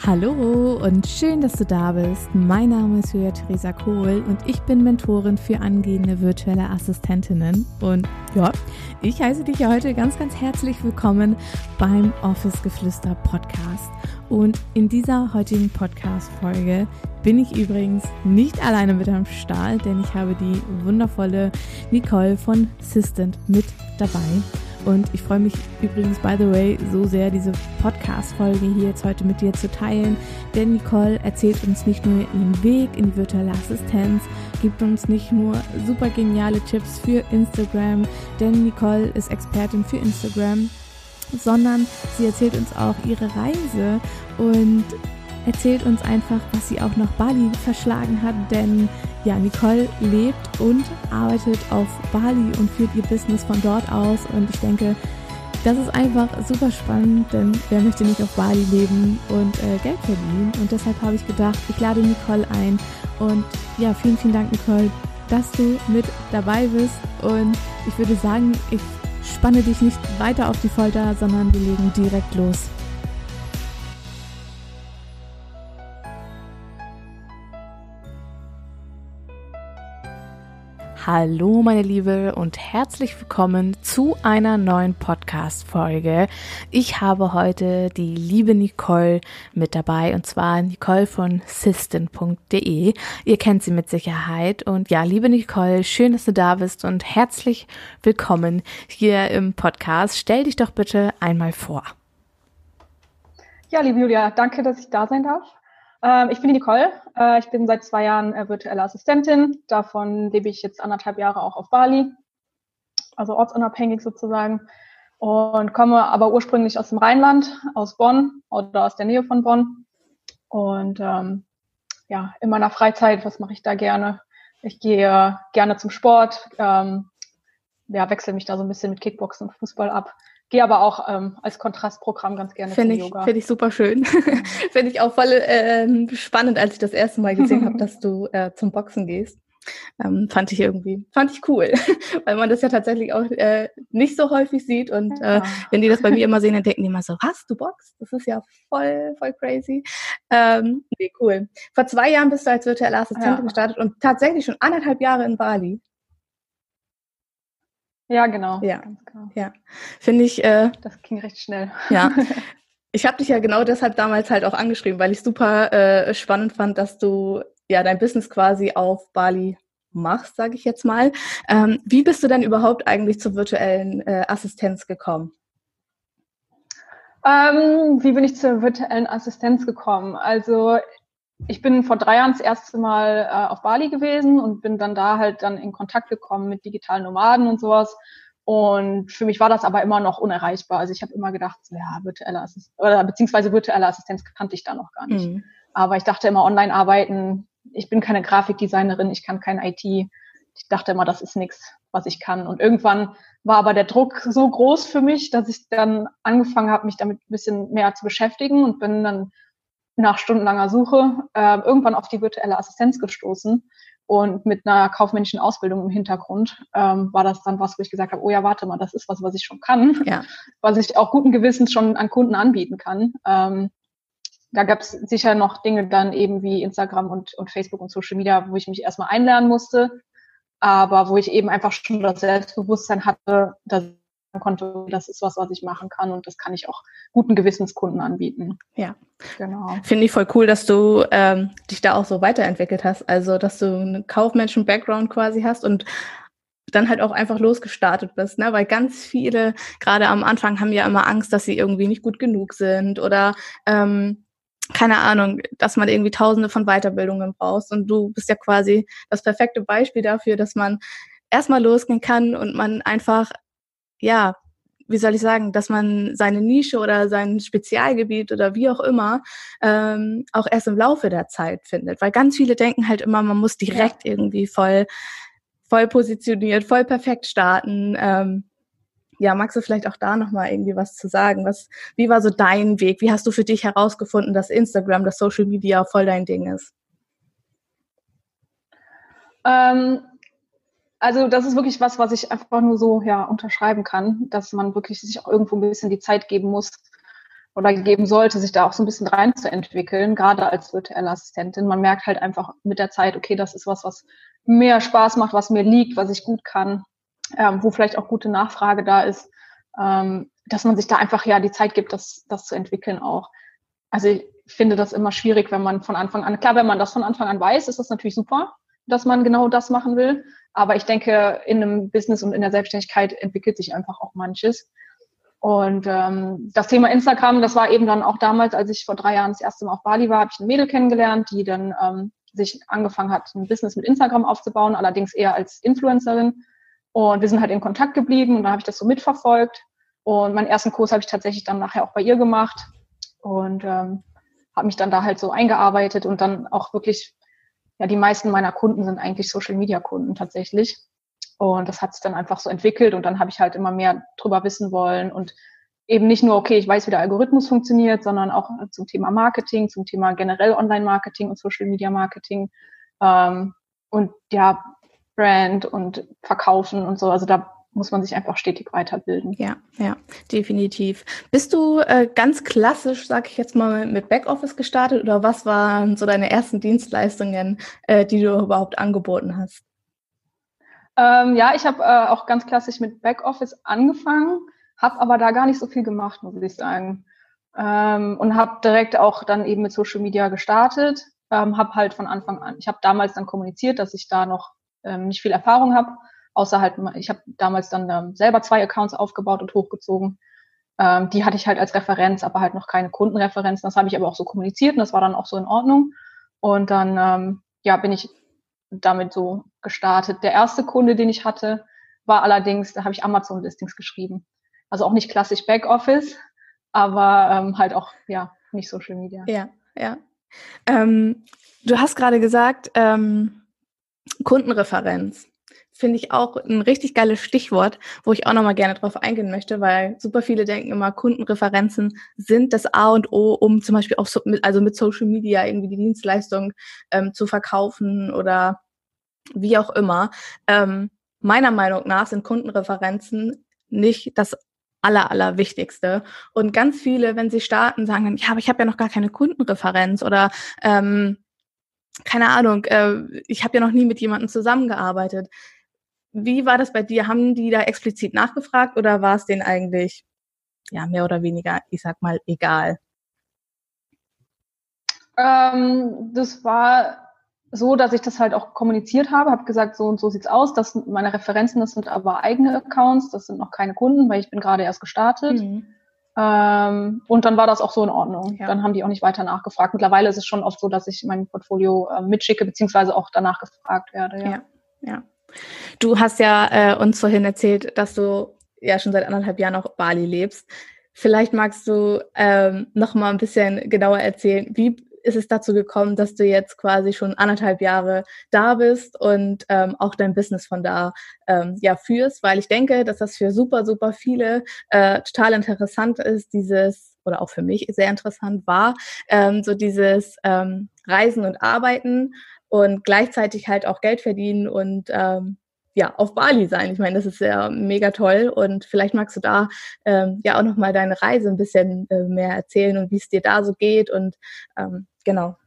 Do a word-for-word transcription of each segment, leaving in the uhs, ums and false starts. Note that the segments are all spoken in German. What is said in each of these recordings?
Hallo und schön, dass du da bist. Mein Name ist Julia Theresa Kohl und ich bin Mentorin für angehende virtuelle Assistentinnen. Und ja, ich heiße dich heute ganz, ganz herzlich willkommen beim Office Geflüster Podcast. Und in dieser heutigen Podcast-Folge bin ich übrigens nicht alleine mit am Start, denn ich habe die wundervolle Nicole von Sistent mit dabei. Und ich freue mich übrigens, by the way, so sehr, diese Podcast-Folge hier jetzt heute mit dir zu teilen. Denn Nicole erzählt uns nicht nur ihren Weg in die virtuelle Assistenz, gibt uns nicht nur super geniale Tipps für Instagram, denn Nicole ist Expertin für Instagram, sondern sie erzählt uns auch ihre Reise und erzählt uns einfach, was sie auch nach Bali verschlagen hat, denn ja, Nicole lebt und arbeitet auf Bali und führt ihr Business von dort aus und ich denke, das ist einfach super spannend, denn wer möchte nicht auf Bali leben und äh, Geld verdienen, und deshalb habe ich gedacht, ich lade Nicole ein und ja, vielen, vielen Dank, Nicole, dass du mit dabei bist, und ich würde sagen, ich spanne dich nicht weiter auf die Folter, sondern wir legen direkt los. Hallo meine Liebe und herzlich willkommen zu einer neuen Podcast-Folge. Ich habe heute die liebe Nicole mit dabei, und zwar Nicole von Sistent punkt de. Ihr kennt sie mit Sicherheit, und ja, liebe Nicole, schön, dass du da bist und herzlich willkommen hier im Podcast. Stell dich doch bitte einmal vor. Ja, liebe Julia, danke, dass ich da sein darf. Ähm, ich bin die Nicole. Äh, ich bin seit zwei Jahren äh, virtuelle Assistentin. Davon lebe ich jetzt anderthalb Jahre auch auf Bali, also ortsunabhängig sozusagen, und komme aber ursprünglich aus dem Rheinland, aus Bonn oder aus der Nähe von Bonn. Und ähm, ja, in meiner Freizeit, was mache ich da gerne? Ich gehe gerne zum Sport, ähm, ja, wechsle mich da so ein bisschen mit Kickboxen und Fußball ab. Gehe aber auch ähm, als Kontrastprogramm ganz gerne Find zum ich, Yoga. Finde ich super schön. Ja. Finde ich auch voll äh, spannend, als ich das erste Mal gesehen habe, dass du äh, zum Boxen gehst. Ähm, fand ich irgendwie, fand ich cool, weil man das ja tatsächlich auch äh, nicht so häufig sieht, und äh, wenn die das bei mir immer sehen, dann denken die immer so, was, du boxst? Das ist ja voll, voll crazy. Ähm, nee, cool. Vor zwei Jahren bist du als virtuelle Assistentin ja. gestartet und tatsächlich schon anderthalb Jahre in Bali. Ja, genau. Ja, ganz genau. Ja. Finde ich. Äh, das ging recht schnell. Ja. Ich habe dich ja genau deshalb damals halt auch angeschrieben, weil ich super äh, spannend fand, dass du ja dein Business quasi auf Bali machst, sage ich jetzt mal. Ähm, wie bist du denn überhaupt eigentlich zur virtuellen äh, Assistenz gekommen? Ähm, wie bin ich zur virtuellen Assistenz gekommen? Also ich bin vor drei Jahren das erste Mal äh, auf Bali gewesen und bin dann da halt dann in Kontakt gekommen mit digitalen Nomaden und sowas. Und für mich war das aber immer noch unerreichbar. Also ich habe immer gedacht, so, ja, virtuelle Assistenz oder beziehungsweise virtuelle Assistenz kannte ich da noch gar nicht. Mhm. Aber ich dachte immer, online arbeiten, ich bin keine Grafikdesignerin, ich kann kein I T. Ich dachte immer, das ist nichts, was ich kann. Und irgendwann war aber der Druck so groß für mich, dass ich dann angefangen habe, mich damit ein bisschen mehr zu beschäftigen, und bin dann nach stundenlanger Suche äh, irgendwann auf die virtuelle Assistenz gestoßen. Und mit einer kaufmännischen Ausbildung im Hintergrund ähm, war das dann was, wo ich gesagt habe, oh ja, warte mal, das ist was, was ich schon kann, ja. was ich auch guten Gewissens schon an Kunden anbieten kann. Ähm, da gab es sicher noch Dinge dann eben wie Instagram und, und Facebook und Social Media, wo ich mich erstmal einlernen musste, aber wo ich eben einfach schon das Selbstbewusstsein hatte, dass konnte, das ist was, was ich machen kann, und das kann ich auch guten Gewissens Kunden anbieten. Ja, genau. Finde ich voll cool, dass du ähm, dich da auch so weiterentwickelt hast, also dass du einen kaufmännischen Background quasi hast und dann halt auch einfach losgestartet bist, ne? Weil ganz viele, gerade am Anfang, haben ja immer Angst, dass sie irgendwie nicht gut genug sind oder ähm, keine Ahnung, dass man irgendwie tausende von Weiterbildungen braucht, und du bist ja quasi das perfekte Beispiel dafür, dass man erstmal losgehen kann und man einfach ja, wie soll ich sagen, dass man seine Nische oder sein Spezialgebiet oder wie auch immer ähm, auch erst im Laufe der Zeit findet. Weil ganz viele denken halt immer, man muss direkt ja. irgendwie voll, voll positioniert, voll perfekt starten. Ähm, ja, magst du vielleicht auch da nochmal irgendwie was zu sagen? Was, wie war so dein Weg? Wie hast du für dich herausgefunden, dass Instagram, dass Social Media voll dein Ding ist? Ähm Also das ist wirklich was, was ich einfach nur so ja unterschreiben kann, dass man wirklich sich auch irgendwo ein bisschen die Zeit geben muss, oder geben sollte, sich da auch so ein bisschen reinzuentwickeln, gerade als virtuelle Assistentin. Man merkt halt einfach mit der Zeit, okay, das ist was, was mir Spaß macht, was mir liegt, was ich gut kann, ähm, wo vielleicht auch gute Nachfrage da ist, ähm, dass man sich da einfach ja die Zeit gibt, das, das zu entwickeln auch. Also ich finde das immer schwierig, wenn man von Anfang an, klar, wenn man das von Anfang an weiß, ist das natürlich super, dass man genau das machen will. Aber ich denke, in einem Business und in der Selbstständigkeit entwickelt sich einfach auch manches. Und ähm, das Thema Instagram, das war eben dann auch damals, als ich vor drei Jahren das erste Mal auf Bali war, habe ich ein Mädel kennengelernt, die dann ähm, sich angefangen hat, ein Business mit Instagram aufzubauen, allerdings eher als Influencerin. Und wir sind halt in Kontakt geblieben und dann habe ich das so mitverfolgt. Und meinen ersten Kurs habe ich tatsächlich dann nachher auch bei ihr gemacht und ähm, habe mich dann da halt so eingearbeitet und dann auch wirklich, ja, die meisten meiner Kunden sind eigentlich Social-Media-Kunden tatsächlich. Und das hat sich dann einfach so entwickelt und dann habe ich halt immer mehr drüber wissen wollen und eben nicht nur, okay, ich weiß, wie der Algorithmus funktioniert, sondern auch zum Thema Marketing, zum Thema generell Online-Marketing und Social-Media-Marketing ähm, und ja, Brand und Verkaufen und so. Also da muss man sich einfach stetig weiterbilden. Ja, ja, definitiv. Bist du äh, ganz klassisch, sag ich jetzt mal, mit Backoffice gestartet oder was waren so deine ersten Dienstleistungen, äh, die du überhaupt angeboten hast? Ähm, ja, ich habe äh, auch ganz klassisch mit Backoffice angefangen, habe aber da gar nicht so viel gemacht, muss ich sagen. Ähm, und habe direkt auch dann eben mit Social Media gestartet, ähm, habe halt von Anfang an, ich habe damals dann kommuniziert, dass ich da noch ähm, nicht viel Erfahrung habe, außer halt, ich habe damals dann ähm, selber zwei Accounts aufgebaut und hochgezogen. Ähm, die hatte ich halt als Referenz, aber halt noch keine Kundenreferenzen. Das habe ich aber auch so kommuniziert und das war dann auch so in Ordnung. Und dann ähm, ja, bin ich damit so gestartet. Der erste Kunde, den ich hatte, war allerdings, da habe ich Amazon-Listings geschrieben. Also auch nicht klassisch Backoffice, aber ähm, halt auch, ja, nicht Social Media. Ja, ja. Ähm, du hast gerade gesagt, ähm, Kundenreferenz. Finde ich auch ein richtig geiles Stichwort, wo ich auch nochmal gerne drauf eingehen möchte, weil super viele denken immer, Kundenreferenzen sind das A und O, um zum Beispiel auch so mit, also mit Social Media irgendwie die Dienstleistung ähm, zu verkaufen oder wie auch immer. Ähm, meiner Meinung nach sind Kundenreferenzen nicht das aller, aller Wichtigste. Und ganz viele, wenn sie starten, sagen dann, ja, aber ich habe ja noch gar keine Kundenreferenz oder ähm, keine Ahnung, äh, ich habe ja noch nie mit jemandem zusammengearbeitet. Wie war das bei dir? Haben die da explizit nachgefragt oder war es denen eigentlich ja mehr oder weniger, ich sag mal, egal? Ähm, das war so, dass ich das halt auch kommuniziert habe, habe gesagt, so und so sieht's aus. Das sind meine Referenzen, das sind aber eigene Accounts, das sind noch keine Kunden, weil ich bin gerade erst gestartet. Mhm. Ähm, und dann war das auch so in Ordnung. Ja. Dann haben die auch nicht weiter nachgefragt. Mittlerweile ist es schon oft so, dass ich mein Portfolio äh, mitschicke, beziehungsweise auch danach gefragt werde. Ja, ja. ja. Du hast ja äh, uns vorhin erzählt, dass du ja schon seit anderthalb Jahren auf Bali lebst. Vielleicht magst du ähm, noch mal ein bisschen genauer erzählen, wie ist es dazu gekommen, dass du jetzt quasi schon anderthalb Jahre da bist und ähm, auch dein Business von da ähm, ja führst, weil ich denke, dass das für super, super viele äh, total interessant ist, dieses, oder auch für mich sehr interessant war, ähm, so dieses ähm, Reisen und Arbeiten und gleichzeitig halt auch Geld verdienen und ähm, ja, auf Bali sein. Ich meine, das ist ja mega toll und vielleicht magst du da ähm, ja auch nochmal deine Reise ein bisschen äh, mehr erzählen und wie es dir da so geht und ähm, genau.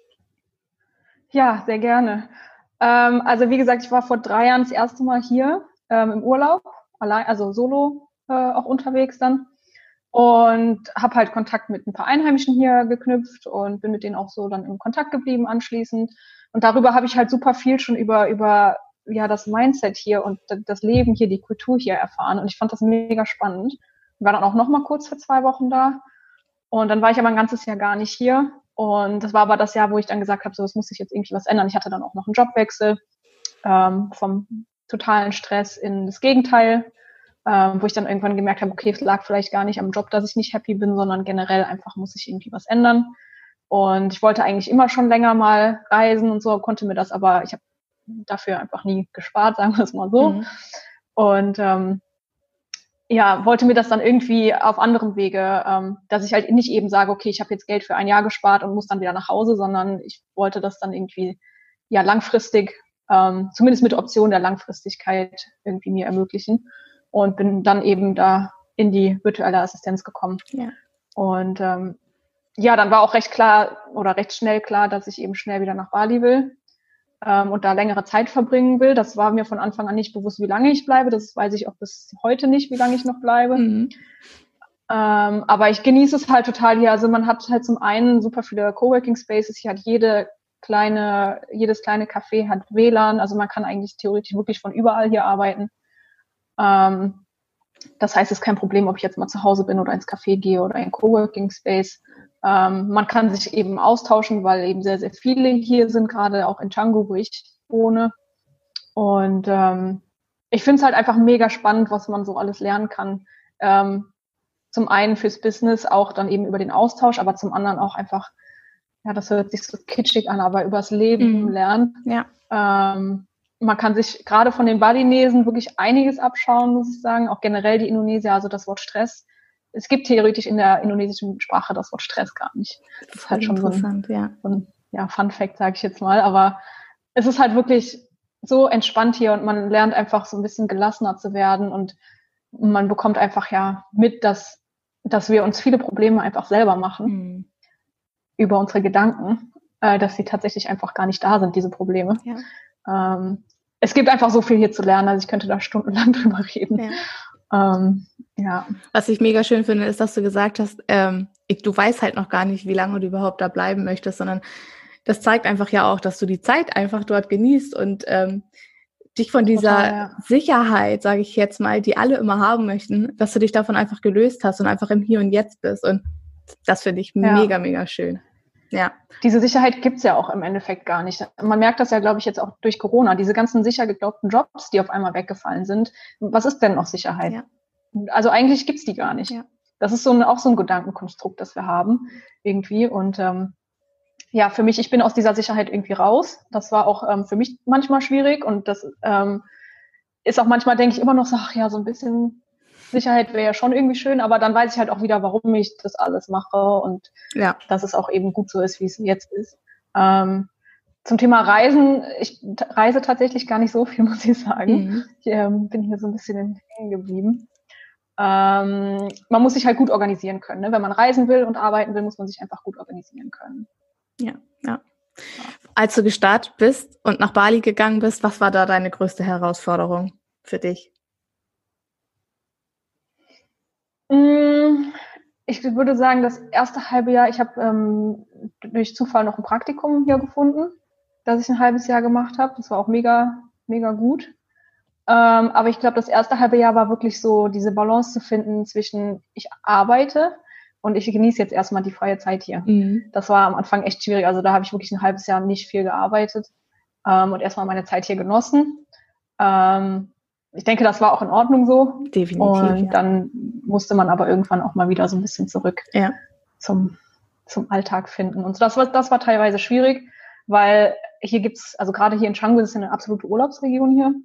Ja, sehr gerne. Ähm, also wie gesagt, ich war vor drei Jahren das erste Mal hier ähm, im Urlaub, allein, also solo äh, auch unterwegs dann und habe halt Kontakt mit ein paar Einheimischen hier geknüpft und bin mit denen auch so dann in Kontakt geblieben anschließend. Und darüber habe ich halt super viel schon über über ja das Mindset hier und das Leben hier, die Kultur hier erfahren. Und ich fand das mega spannend. Ich war dann auch noch mal kurz für zwei Wochen da. Und dann war ich aber ein ganzes Jahr gar nicht hier. Und das war aber das Jahr, wo ich dann gesagt habe, so, es muss sich jetzt irgendwie was ändern. Ich hatte dann auch noch einen Jobwechsel ähm, vom totalen Stress in das Gegenteil, ähm, wo ich dann irgendwann gemerkt habe, okay, es lag vielleicht gar nicht am Job, dass ich nicht happy bin, sondern generell einfach muss sich irgendwie was ändern. Und ich wollte eigentlich immer schon länger mal reisen und so, konnte mir das aber, ich habe dafür einfach nie gespart, sagen wir es mal so. Mhm. Und ähm, ja, wollte mir das dann irgendwie auf anderem Wege, ähm, dass ich halt nicht eben sage, okay, ich habe jetzt Geld für ein Jahr gespart und muss dann wieder nach Hause, sondern ich wollte das dann irgendwie ja langfristig, ähm, zumindest mit der Option der Langfristigkeit irgendwie mir ermöglichen und bin dann eben da in die virtuelle Assistenz gekommen. Ja. Und ähm, ja, dann war auch recht klar oder recht schnell klar, dass ich eben schnell wieder nach Bali will ähm, und da längere Zeit verbringen will. Das war mir von Anfang an nicht bewusst, wie lange ich bleibe. Das weiß ich auch bis heute nicht, wie lange ich noch bleibe. Mhm. Ähm, aber ich genieße es halt total hier. Also man hat halt zum einen super viele Coworking Spaces. Hier hat jede kleine, jedes kleine Café hat W L A N. Also man kann eigentlich theoretisch wirklich von überall hier arbeiten. Ähm, das heißt, es ist kein Problem, ob ich jetzt mal zu Hause bin oder ins Café gehe oder in Coworking Space. Ähm, man kann sich eben austauschen, weil eben sehr, sehr viele hier sind, gerade auch in Canggu, wo ich wohne. Und ähm, ich finde es halt einfach mega spannend, was man so alles lernen kann. Ähm, zum einen fürs Business, auch dann eben über den Austausch, aber zum anderen auch einfach, ja, das hört sich so kitschig an, aber übers Leben mhm. lernen. Ja. Ähm, man kann sich gerade von den Balinesen wirklich einiges abschauen, muss ich sagen. Auch generell die Indonesier, also das Wort Stress. Es gibt theoretisch in der indonesischen Sprache das Wort Stress gar nicht. Das ist halt schon so ein, ja. so ein ja, Fun Fact, sage ich jetzt mal. Aber es ist halt wirklich so entspannt hier und man lernt einfach so ein bisschen gelassener zu werden und man bekommt einfach ja mit, dass, dass wir uns viele Probleme einfach selber machen mhm. über unsere Gedanken, äh, dass sie tatsächlich einfach gar nicht da sind, diese Probleme. Ja. Ähm, es gibt einfach so viel hier zu lernen, also ich könnte da stundenlang drüber reden. Ja. Ähm, ja. Was ich mega schön finde, ist, dass du gesagt hast, ähm, ich, du weißt halt noch gar nicht, wie lange du überhaupt da bleiben möchtest, sondern das zeigt einfach ja auch, dass du die Zeit einfach dort genießt und ähm, dich von dieser Total, ja. Sicherheit, sage ich jetzt mal, die alle immer haben möchten, dass du dich davon einfach gelöst hast und einfach im Hier und Jetzt bist. Und das finde ich ja. mega, mega schön. Ja. Diese Sicherheit gibt's ja auch im Endeffekt gar nicht. Man merkt das ja, glaube ich, jetzt auch durch Corona. Diese ganzen sicher geglaubten Jobs, die auf einmal weggefallen sind. Was ist denn noch Sicherheit? Ja. Also eigentlich gibt's die gar nicht. Ja. Das ist so ein, auch so ein Gedankenkonstrukt, das wir haben irgendwie. Und ähm, ja, für mich, ich bin aus dieser Sicherheit irgendwie raus. Das war auch ähm, für mich manchmal schwierig. Und das ähm, ist auch manchmal, denke ich immer noch so, ach ja, so ein bisschen Sicherheit wäre ja schon irgendwie schön, aber dann weiß ich halt auch wieder, warum ich das alles mache und ja. dass es auch eben gut so ist, wie es jetzt ist. Ähm, zum Thema Reisen, ich reise tatsächlich gar nicht so viel, muss ich sagen. Mhm. Ich ähm, bin hier so ein bisschen hängen geblieben. Ähm, man muss sich halt gut organisieren können. Ne? Wenn man reisen will und arbeiten will, muss man sich einfach gut organisieren können. Ja, ja. Als du gestartet bist und nach Bali gegangen bist, was war da deine größte Herausforderung für dich? Ich würde sagen, das erste halbe Jahr, ich habe ähm, durch Zufall noch ein Praktikum hier gefunden, das ich ein halbes Jahr gemacht habe. Das war auch mega, mega gut. Ähm, aber ich glaube, das erste halbe Jahr war wirklich so, diese Balance zu finden zwischen ich arbeite und ich genieße jetzt erstmal die freie Zeit hier. Mhm. Das war am Anfang echt schwierig. Also da habe ich wirklich ein halbes Jahr nicht viel gearbeitet ähm, und erstmal meine Zeit hier genossen. Ähm, Ich denke, das war auch in Ordnung so. Definitiv. Und ja. dann musste man aber irgendwann auch mal wieder so ein bisschen zurück ja. zum, zum Alltag finden. Und das war, das war teilweise schwierig, weil hier gibt's, also gerade hier in Canggu, das ist eine absolute Urlaubsregion hier,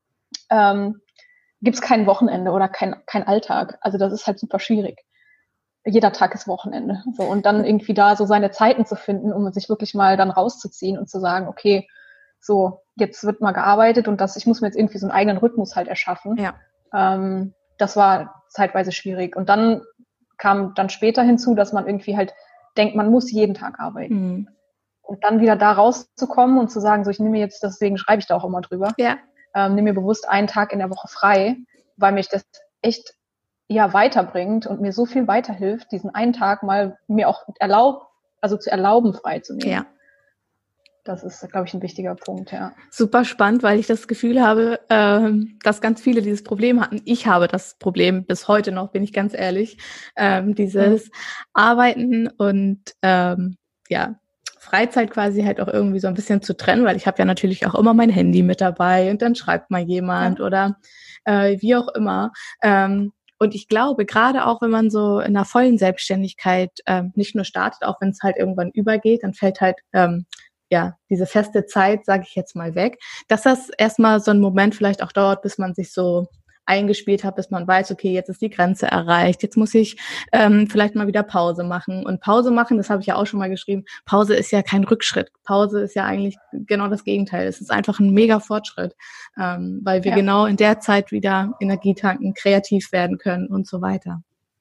ähm, gibt's kein Wochenende oder kein, kein Alltag. Also das ist halt super schwierig. Jeder Tag ist Wochenende. So, und dann irgendwie da so seine Zeiten zu finden, um sich wirklich mal dann rauszuziehen und zu sagen, okay, so, jetzt wird mal gearbeitet und das, ich muss mir jetzt irgendwie so einen eigenen Rhythmus halt erschaffen. Ja. Ähm, das war zeitweise schwierig. Und dann kam dann später hinzu, dass man irgendwie halt denkt, man muss jeden Tag arbeiten. Mhm. Und dann wieder da rauszukommen und zu sagen, so, ich nehme jetzt, deswegen schreibe ich da auch immer drüber, ja. ähm, nehme mir bewusst einen Tag in der Woche frei, weil mich das echt ja weiterbringt und mir so viel weiterhilft, diesen einen Tag mal mir auch erlaubt, also zu erlauben, frei zu nehmen. Ja. Das ist, glaube ich, ein wichtiger Punkt, ja. Super spannend, weil ich das Gefühl habe, ähm, dass ganz viele dieses Problem hatten. Ich habe das Problem bis heute noch, bin ich ganz ehrlich. Ähm, dieses mhm. Arbeiten und ähm, ja Freizeit quasi halt auch irgendwie so ein bisschen zu trennen, weil ich habe ja natürlich auch immer mein Handy mit dabei und dann schreibt mal jemand ja. oder äh, wie auch immer. Ähm, Und ich glaube, gerade auch wenn man so in einer vollen Selbstständigkeit ähm, nicht nur startet, auch wenn es halt irgendwann übergeht, dann fällt halt ähm, ja diese feste Zeit, sage ich jetzt mal, weg, dass das erstmal so ein Moment vielleicht auch dauert, bis man sich so eingespielt hat, bis man weiß, okay, jetzt ist die Grenze erreicht, jetzt muss ich ähm, vielleicht mal wieder Pause machen. Und Pause machen, das habe ich ja auch schon mal geschrieben, Pause ist ja kein Rückschritt. Pause ist ja eigentlich genau das Gegenteil. Es ist einfach ein mega Fortschritt, ähm, weil wir ja. genau in der Zeit wieder Energie tanken, kreativ werden können und so weiter.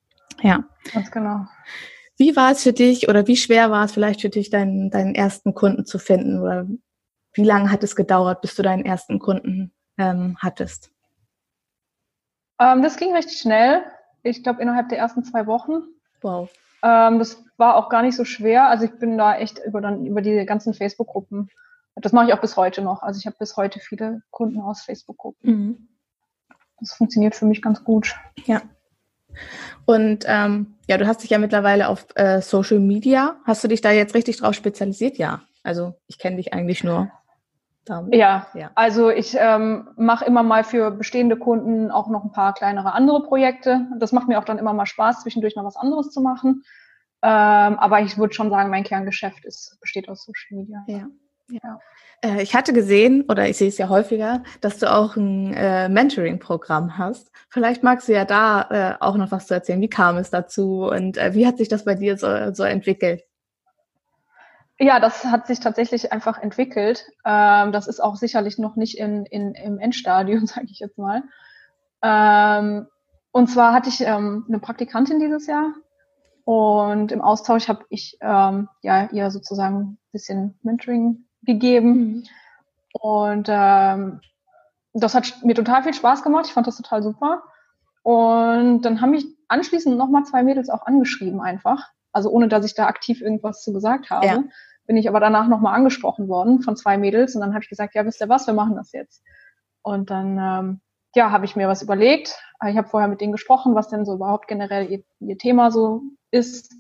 Ja. Ganz genau. Wie war es für dich oder wie schwer war es vielleicht für dich, deinen, deinen ersten Kunden zu finden? Oder wie lange hat es gedauert, bis du deinen ersten Kunden ähm, hattest? Ähm, das ging recht schnell. Ich glaube, innerhalb der ersten zwei Wochen. Wow. Ähm, das war auch gar nicht so schwer. Also ich bin da echt über, dann, über die ganzen Facebook-Gruppen. Das mache ich auch bis heute noch. Also ich habe bis heute viele Kunden aus Facebook-Gruppen. Mhm. Das funktioniert für mich ganz gut. Ja. Und ähm, ja, du hast dich ja mittlerweile auf äh, Social Media, hast du dich da jetzt richtig drauf spezialisiert? Ja. Also ich kenne dich eigentlich nur damit. Ja, Ja. also ich ähm, mache immer mal für bestehende Kunden auch noch ein paar kleinere andere Projekte. Das macht mir auch dann immer mal Spaß, zwischendurch mal was anderes zu machen. Ähm, aber ich würde schon sagen, mein Kerngeschäft ist, besteht aus Social Media. Ja. Ja. Äh, ich hatte gesehen, oder ich sehe es ja häufiger, dass du auch ein äh, Mentoring-Programm hast. Vielleicht magst du ja da äh, auch noch was zu erzählen. Wie kam es dazu und äh, wie hat sich das bei dir so, so entwickelt? Ja, das hat sich tatsächlich einfach entwickelt. Ähm, das ist auch sicherlich noch nicht in, in, im Endstadium, sage ich jetzt mal. Ähm, und zwar hatte ich ähm, eine Praktikantin dieses Jahr und im Austausch habe ich ähm, ja ihr sozusagen ein bisschen Mentoring gegeben. Mhm. Und ähm, das hat mir total viel Spaß gemacht. Ich fand das total super. Und dann haben mich anschließend nochmal zwei Mädels auch angeschrieben einfach. Also ohne, dass ich da aktiv irgendwas zu gesagt habe. Ja. Bin ich aber danach nochmal angesprochen worden von zwei Mädels. Und dann habe ich gesagt, ja, wisst ihr was, wir machen das jetzt. Und dann, ähm, ja, habe ich mir was überlegt. Ich habe vorher mit denen gesprochen, was denn so überhaupt generell ihr, ihr Thema so ist.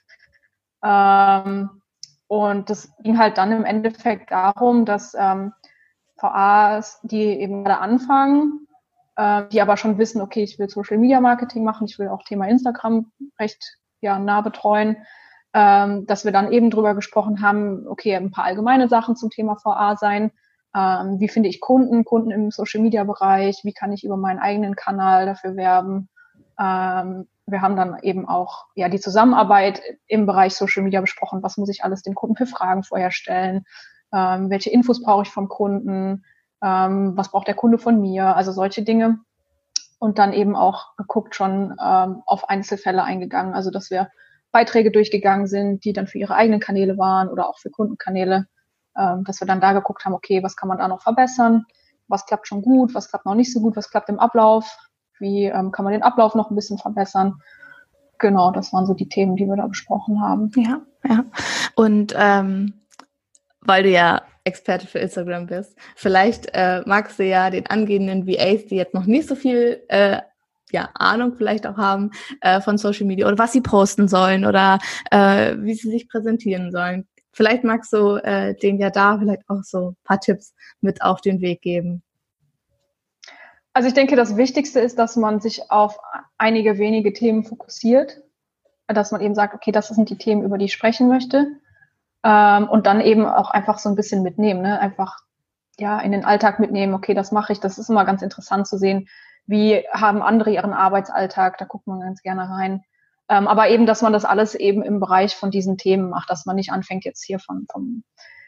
Ähm, und das ging halt dann im Endeffekt darum, dass ähm, V As, die eben gerade anfangen, äh, die aber schon wissen, okay, ich will Social Media Marketing machen, ich will auch Thema Instagram recht ja, nah betreuen, ähm, dass wir dann eben drüber gesprochen haben, okay, ein paar allgemeine Sachen zum Thema V A sein, ähm, wie finde ich Kunden, Kunden im Social Media Bereich, wie kann ich über meinen eigenen Kanal dafür werben. Ähm, wir haben dann eben auch ja die Zusammenarbeit im Bereich Social Media besprochen, was muss ich alles den Kunden für Fragen vorher stellen, ähm, welche Infos brauche ich vom Kunden, ähm, was braucht der Kunde von mir, also solche Dinge. Und dann eben auch geguckt, schon ähm, auf Einzelfälle eingegangen, also dass wir Beiträge durchgegangen sind, die dann für ihre eigenen Kanäle waren oder auch für Kundenkanäle, ähm, dass wir dann da geguckt haben, okay, was kann man da noch verbessern, was klappt schon gut, was klappt noch nicht so gut, was klappt im Ablauf, wie ähm, kann man den Ablauf noch ein bisschen verbessern. Genau, das waren so die Themen, die wir da besprochen haben. Ja, ja. Und ähm, weil du ja Experte für Instagram bist, vielleicht äh, magst du ja den angehenden V As, die jetzt noch nicht so viel äh, ja, Ahnung vielleicht auch haben äh, von Social Media oder was sie posten sollen oder äh, wie sie sich präsentieren sollen. Vielleicht magst du äh, denen ja da vielleicht auch so ein paar Tipps mit auf den Weg geben. Also ich denke, das Wichtigste ist, dass man sich auf einige wenige Themen fokussiert, dass man eben sagt, okay, das sind die Themen, über die ich sprechen möchte. Ähm, und dann eben auch einfach so ein bisschen mitnehmen, ne? Einfach ja in den Alltag mitnehmen, okay, das mache ich. Das ist immer ganz interessant zu sehen, wie haben andere ihren Arbeitsalltag, da guckt man ganz gerne rein. Ähm, aber eben, dass man das alles eben im Bereich von diesen Themen macht, dass man nicht anfängt jetzt hier von, vom,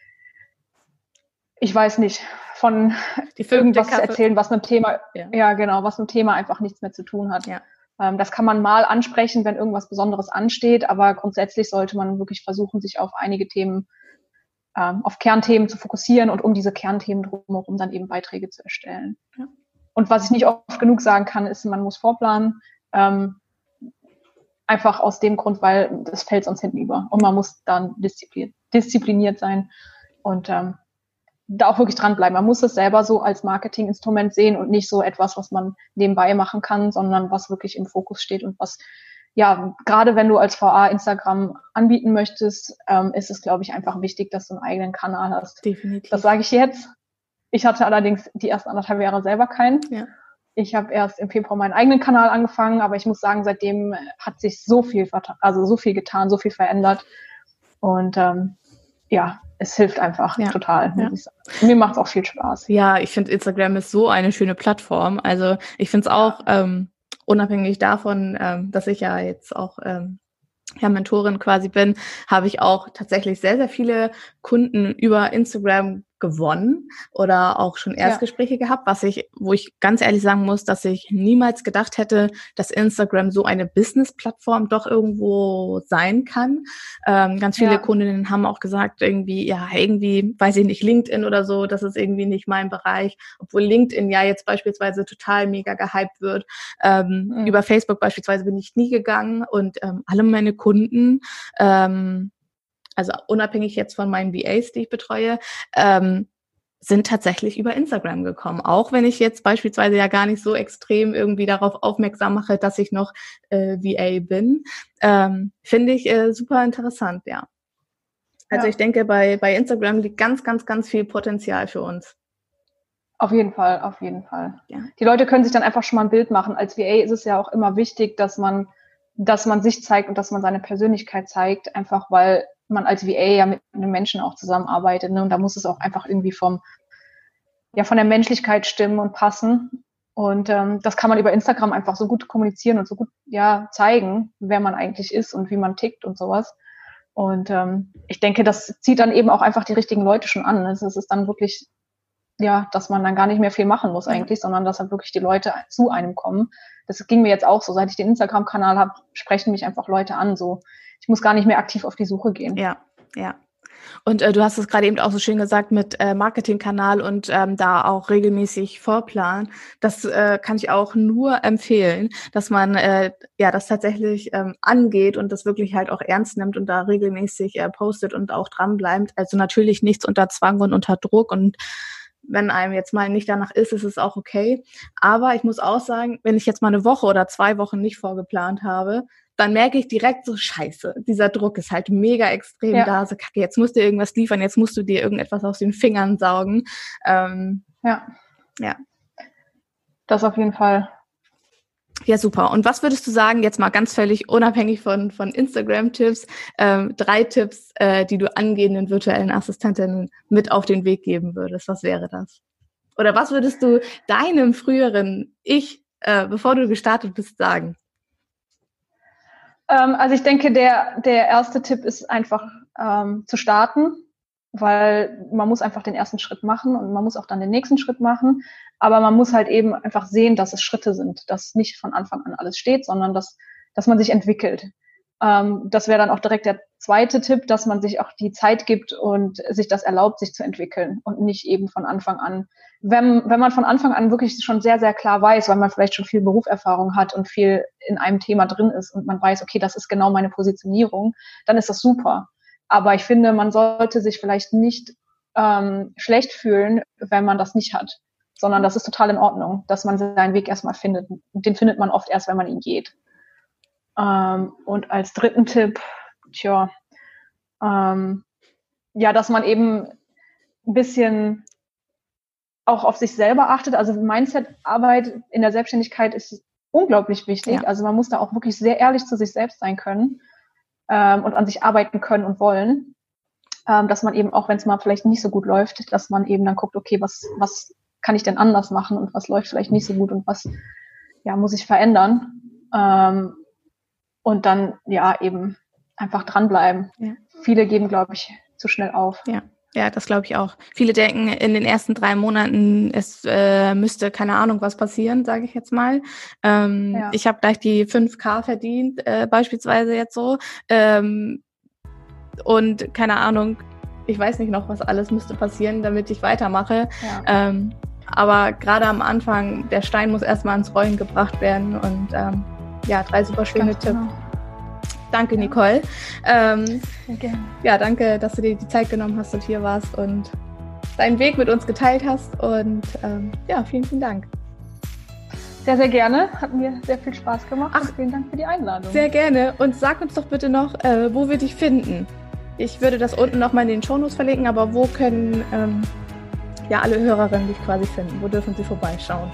ich weiß nicht, von irgendwas zu erzählen, was mit dem Thema, ja. ja genau, was mit dem Thema einfach nichts mehr zu tun hat. Ja. Ähm, das kann man mal ansprechen, wenn irgendwas Besonderes ansteht, aber grundsätzlich sollte man wirklich versuchen, sich auf einige Themen, ähm, auf Kernthemen zu fokussieren und um diese Kernthemen drumherum dann eben Beiträge zu erstellen. Ja. Und was ich nicht oft genug sagen kann, ist, man muss vorplanen, ähm, einfach aus dem Grund, weil das fällt sonst hinten über und man muss dann diszipliniert, diszipliniert sein und ähm, da auch wirklich dranbleiben. Man muss es selber so als Marketinginstrument sehen und nicht so etwas, was man nebenbei machen kann, sondern was wirklich im Fokus steht und was, ja, gerade wenn du als V A Instagram anbieten möchtest, ähm, ist es, glaube ich, einfach wichtig, dass du einen eigenen Kanal hast. Definitiv. Das sage ich jetzt. Ich hatte allerdings die ersten anderthalb Jahre selber keinen. Ja. Ich habe erst im Februar meinen eigenen Kanal angefangen, aber ich muss sagen, seitdem hat sich so viel, also so viel getan, so viel verändert. Und ähm, ja, es hilft einfach ja. total. Ja. Ich sagen. Mir macht es auch viel Spaß. Ja, ich finde, Instagram ist so eine schöne Plattform. Also ich finde es auch ja. ähm, unabhängig davon, ähm, dass ich ja jetzt auch ähm, ja, Mentorin quasi bin, habe ich auch tatsächlich sehr, sehr viele Kunden über Instagram gewonnen oder auch schon Erstgespräche ja. gehabt, was ich, wo ich ganz ehrlich sagen muss, dass ich niemals gedacht hätte, dass Instagram so eine Business-Plattform doch irgendwo sein kann. Ähm, ganz viele ja. Kundinnen haben auch gesagt, irgendwie, ja, irgendwie, weiß ich nicht, LinkedIn oder so, das ist irgendwie nicht mein Bereich, obwohl LinkedIn ja jetzt beispielsweise total mega gehypt wird. Ähm, mhm. Über Facebook beispielsweise bin ich nie gegangen und ähm, alle meine Kunden, ähm, also unabhängig jetzt von meinen V As, die ich betreue, ähm, sind tatsächlich über Instagram gekommen. Auch wenn ich jetzt beispielsweise ja gar nicht so extrem irgendwie darauf aufmerksam mache, dass ich noch äh, V A bin, ähm, finde ich äh, super interessant, ja. Also ja. ich denke, bei, bei Instagram liegt ganz, ganz, ganz viel Potenzial für uns. Auf jeden Fall, auf jeden Fall. Ja. Die Leute können sich dann einfach schon mal ein Bild machen. Als V A ist es ja auch immer wichtig, dass man, dass man sich zeigt und dass man seine Persönlichkeit zeigt, einfach weil man als V A ja mit einem Menschen auch zusammenarbeitet, ne? Und da muss es auch einfach irgendwie vom, ja, von der Menschlichkeit stimmen und passen. Und ähm, das kann man über Instagram einfach so gut kommunizieren und so gut, ja, zeigen, wer man eigentlich ist und wie man tickt und sowas. Und ähm, ich denke, das zieht dann eben auch einfach die richtigen Leute schon an. Es ist dann wirklich, ja, dass man dann gar nicht mehr viel machen muss eigentlich, ja. sondern dass dann wirklich die Leute zu einem kommen. Das ging mir jetzt auch so. Seit ich den Instagram-Kanal habe, sprechen mich einfach Leute an, so. Ich muss gar nicht mehr aktiv auf die Suche gehen. Ja, ja. Und äh, du hast es gerade eben auch so schön gesagt mit äh, Marketingkanal und ähm, da auch regelmäßig vorplanen. Das äh, kann ich auch nur empfehlen, dass man äh, ja das tatsächlich ähm, angeht und das wirklich halt auch ernst nimmt und da regelmäßig äh, postet und auch dran bleibt. Also natürlich nichts unter Zwang und unter Druck, und wenn einem jetzt mal nicht danach ist, ist es auch okay. Aber ich muss auch sagen, wenn ich jetzt mal eine Woche oder zwei Wochen nicht vorgeplant habe, dann merke ich direkt so, scheiße, dieser Druck ist halt mega extrem ja. da. So, kacke, jetzt musst du irgendwas liefern, jetzt musst du dir irgendetwas aus den Fingern saugen. Ähm, ja. Ja. Das auf jeden Fall. Ja, super. Und was würdest du sagen, jetzt mal ganz völlig unabhängig von, von Instagram-Tipps, ähm, drei Tipps, äh, die du angehenden virtuellen Assistentinnen mit auf den Weg geben würdest? Was wäre das? Oder was würdest du deinem früheren Ich, äh, bevor du gestartet bist, sagen? Ähm, also ich denke, der, der erste Tipp ist einfach ähm, zu starten, weil man muss einfach den ersten Schritt machen und man muss auch dann den nächsten Schritt machen. Aber man muss halt eben einfach sehen, dass es Schritte sind, dass nicht von Anfang an alles steht, sondern dass, dass man sich entwickelt. Ähm, das wäre dann auch direkt der zweite Tipp, dass man sich auch die Zeit gibt und sich das erlaubt, sich zu entwickeln und nicht eben von Anfang an. Wenn, wenn man von Anfang an wirklich schon sehr, sehr klar weiß, weil man vielleicht schon viel Berufserfahrung hat und viel in einem Thema drin ist und man weiß, okay, das ist genau meine Positionierung, dann ist das super. Aber ich finde, man sollte sich vielleicht nicht ähm, schlecht fühlen, wenn man das nicht hat, sondern das ist total in Ordnung, dass man seinen Weg erstmal findet. Und den findet man oft erst, wenn man ihn geht. Ähm, und als dritten Tipp, tja, ähm, ja, dass man eben ein bisschen auch auf sich selber achtet. Also Mindset-Arbeit in der Selbstständigkeit ist unglaublich wichtig. Ja. Also man muss da auch wirklich sehr ehrlich zu sich selbst sein können ähm, und an sich arbeiten können und wollen. Ähm, dass man eben auch, wenn es mal vielleicht nicht so gut läuft, dass man eben dann guckt, okay, was, was kann ich denn anders machen und was läuft vielleicht nicht so gut und was ja muss ich verändern. Ähm, und dann ja eben einfach dranbleiben. Ja. Viele geben, glaube ich, zu schnell auf. Ja. Ja, das glaube ich auch. Viele denken in den ersten drei Monaten, es äh, müsste keine Ahnung was passieren, sage ich jetzt mal. Ähm, ja. Ich habe gleich die fünf K verdient, äh, beispielsweise jetzt so. Ähm, und keine Ahnung, ich weiß nicht noch, was alles müsste passieren, damit ich weitermache. Ja. Ähm, aber gerade am Anfang, der Stein muss erstmal ins Rollen gebracht werden. Und ähm, ja, drei super schöne Tipps. Genau. Danke, Nicole. Ähm, Sehr ja, danke, dass du dir die Zeit genommen hast und hier warst und deinen Weg mit uns geteilt hast. Und ähm, ja, vielen, vielen Dank. Sehr, sehr gerne. Hat mir sehr viel Spaß gemacht. Ach, und vielen Dank für die Einladung. Sehr gerne. Und sag uns doch bitte noch, äh, wo wir dich finden. Ich würde das unten nochmal in den Shownotes verlinken, aber wo können ähm, ja alle Hörerinnen dich quasi finden? Wo dürfen sie vorbeischauen?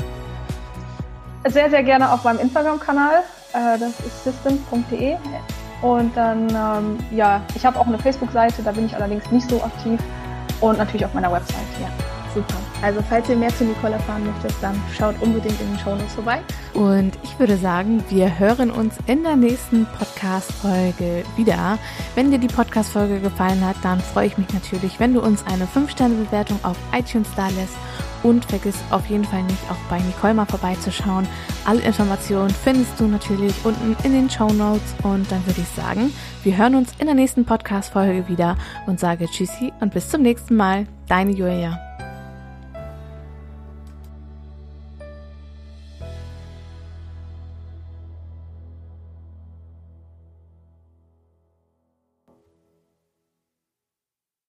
Sehr, sehr gerne auf meinem Instagram-Kanal. Äh, das ist systems punkt de. Und dann, ähm, ja, ich habe auch eine Facebook-Seite, da bin ich allerdings nicht so aktiv. Und natürlich auf meiner Website, ja. Super. Also falls ihr mehr zu Nicole erfahren möchtet, dann schaut unbedingt in den Shownotes vorbei. Und ich würde sagen, wir hören uns in der nächsten Podcast-Folge wieder. Wenn dir die Podcast-Folge gefallen hat, dann freue ich mich natürlich, wenn du uns eine fünf Sterne Bewertung auf iTunes da lässt. Und vergiss auf jeden Fall nicht, auch bei Nicole mal vorbeizuschauen. Alle Informationen findest du natürlich unten in den Shownotes. Und dann würde ich sagen, wir hören uns in der nächsten Podcast-Folge wieder und sage Tschüssi und bis zum nächsten Mal. Deine Julia.